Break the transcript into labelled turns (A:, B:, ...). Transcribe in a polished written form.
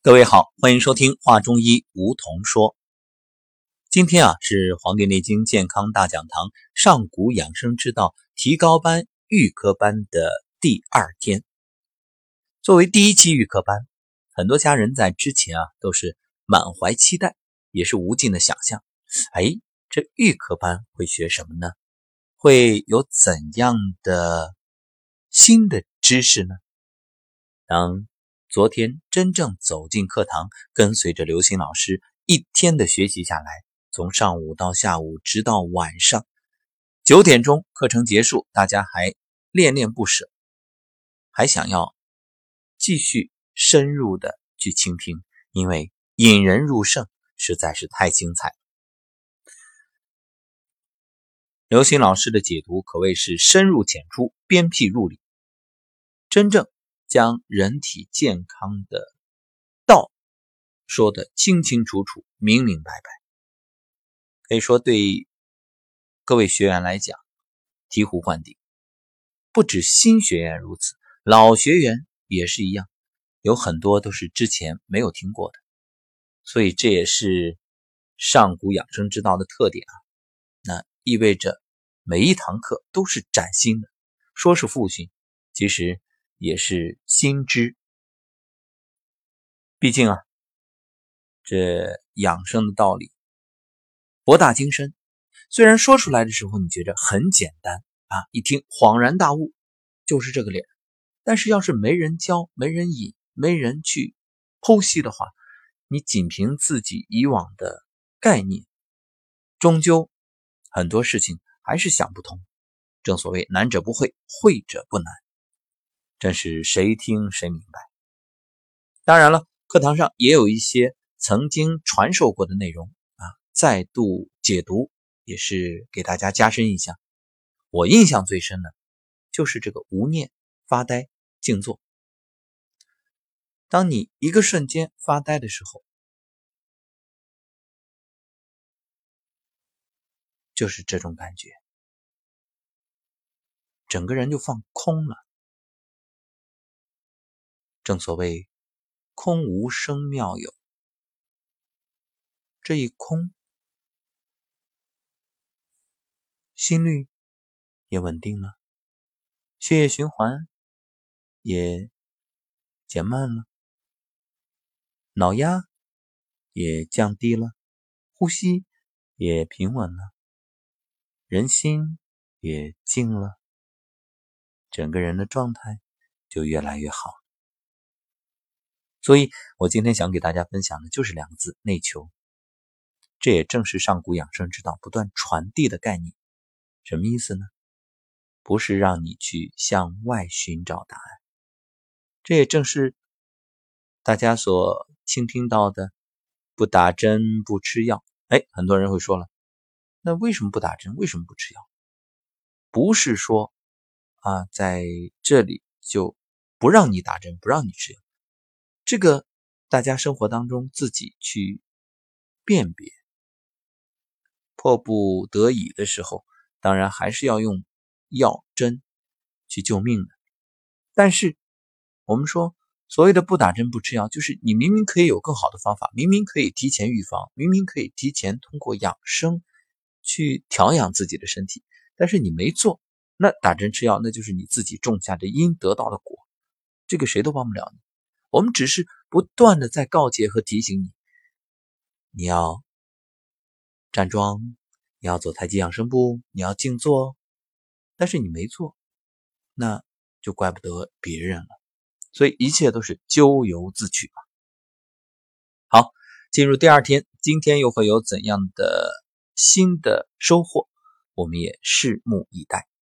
A: 各位好，欢迎收听话中医梧桐说。今天是《黄帝内经健康大讲堂》上古养生之道提高班预科班的第2天。作为第1期预科班，很多家人在之前都是满怀期待，也是无尽的想象。这预科班会学什么呢？会有怎样的新的知识呢？当昨天真正走进课堂，跟随着刘星老师一天的学习下来，从上午到下午直到晚上9点钟课程结束，大家还恋恋不舍，还想要继续深入的去倾听，因为引人入胜实在是太精彩了。刘星老师的解读可谓是深入浅出，鞭辟入里，真正将人体健康的道说得清清楚楚，明明白白。可以说对各位学员来讲醍醐灌顶，不止新学员如此，老学员也是一样，有很多都是之前没有听过的，所以这也是上古养生之道的特点那意味着每一堂课都是崭新的，说是复训，其实也是新知。毕竟这养生的道理博大精深，虽然说出来的时候你觉得很简单一听恍然大悟，就是这个脸，但是要是没人教，没人引，没人去剖析的话，你仅凭自己以往的概念，终究很多事情还是想不通。正所谓难者不会，会者不难，真是谁听谁明白。当然了，课堂上也有一些曾经传授过的内容再度解读，也是给大家加深印象。我印象最深的就是这个无念、发呆、静坐。当你一个瞬间发呆的时候，就是这种感觉，整个人就放空了。正所谓空无生妙有，这一空，心率也稳定了，血液循环也减慢了，脑压也降低了，呼吸也平稳了，人心也静了，整个人的状态就越来越好。所以我今天想给大家分享的就是2个字：内求。这也正是上古养生之道不断传递的概念。什么意思呢？不是让你去向外寻找答案，这也正是大家所倾听到的不打针不吃药。很多人会说了，那为什么不打针，为什么不吃药？不是说在这里就不让你打针，不让你吃药，这个大家生活当中自己去辨别，迫不得已的时候当然还是要用药针去救命的。但是我们说所谓的不打针不吃药，就是你明明可以有更好的方法，明明可以提前预防，明明可以提前通过养生去调养自己的身体，但是你没做，那打针吃药那就是你自己种下的因得到的果，这个谁都帮不了你。我们只是不断的在告诫和提醒你，你要站桩，你要走太极养生步，你要静坐，但是你没做，那就怪不得别人了。所以一切都是咎由自取嘛。好，进入第2天，今天又会有怎样的新的收获，我们也拭目以待。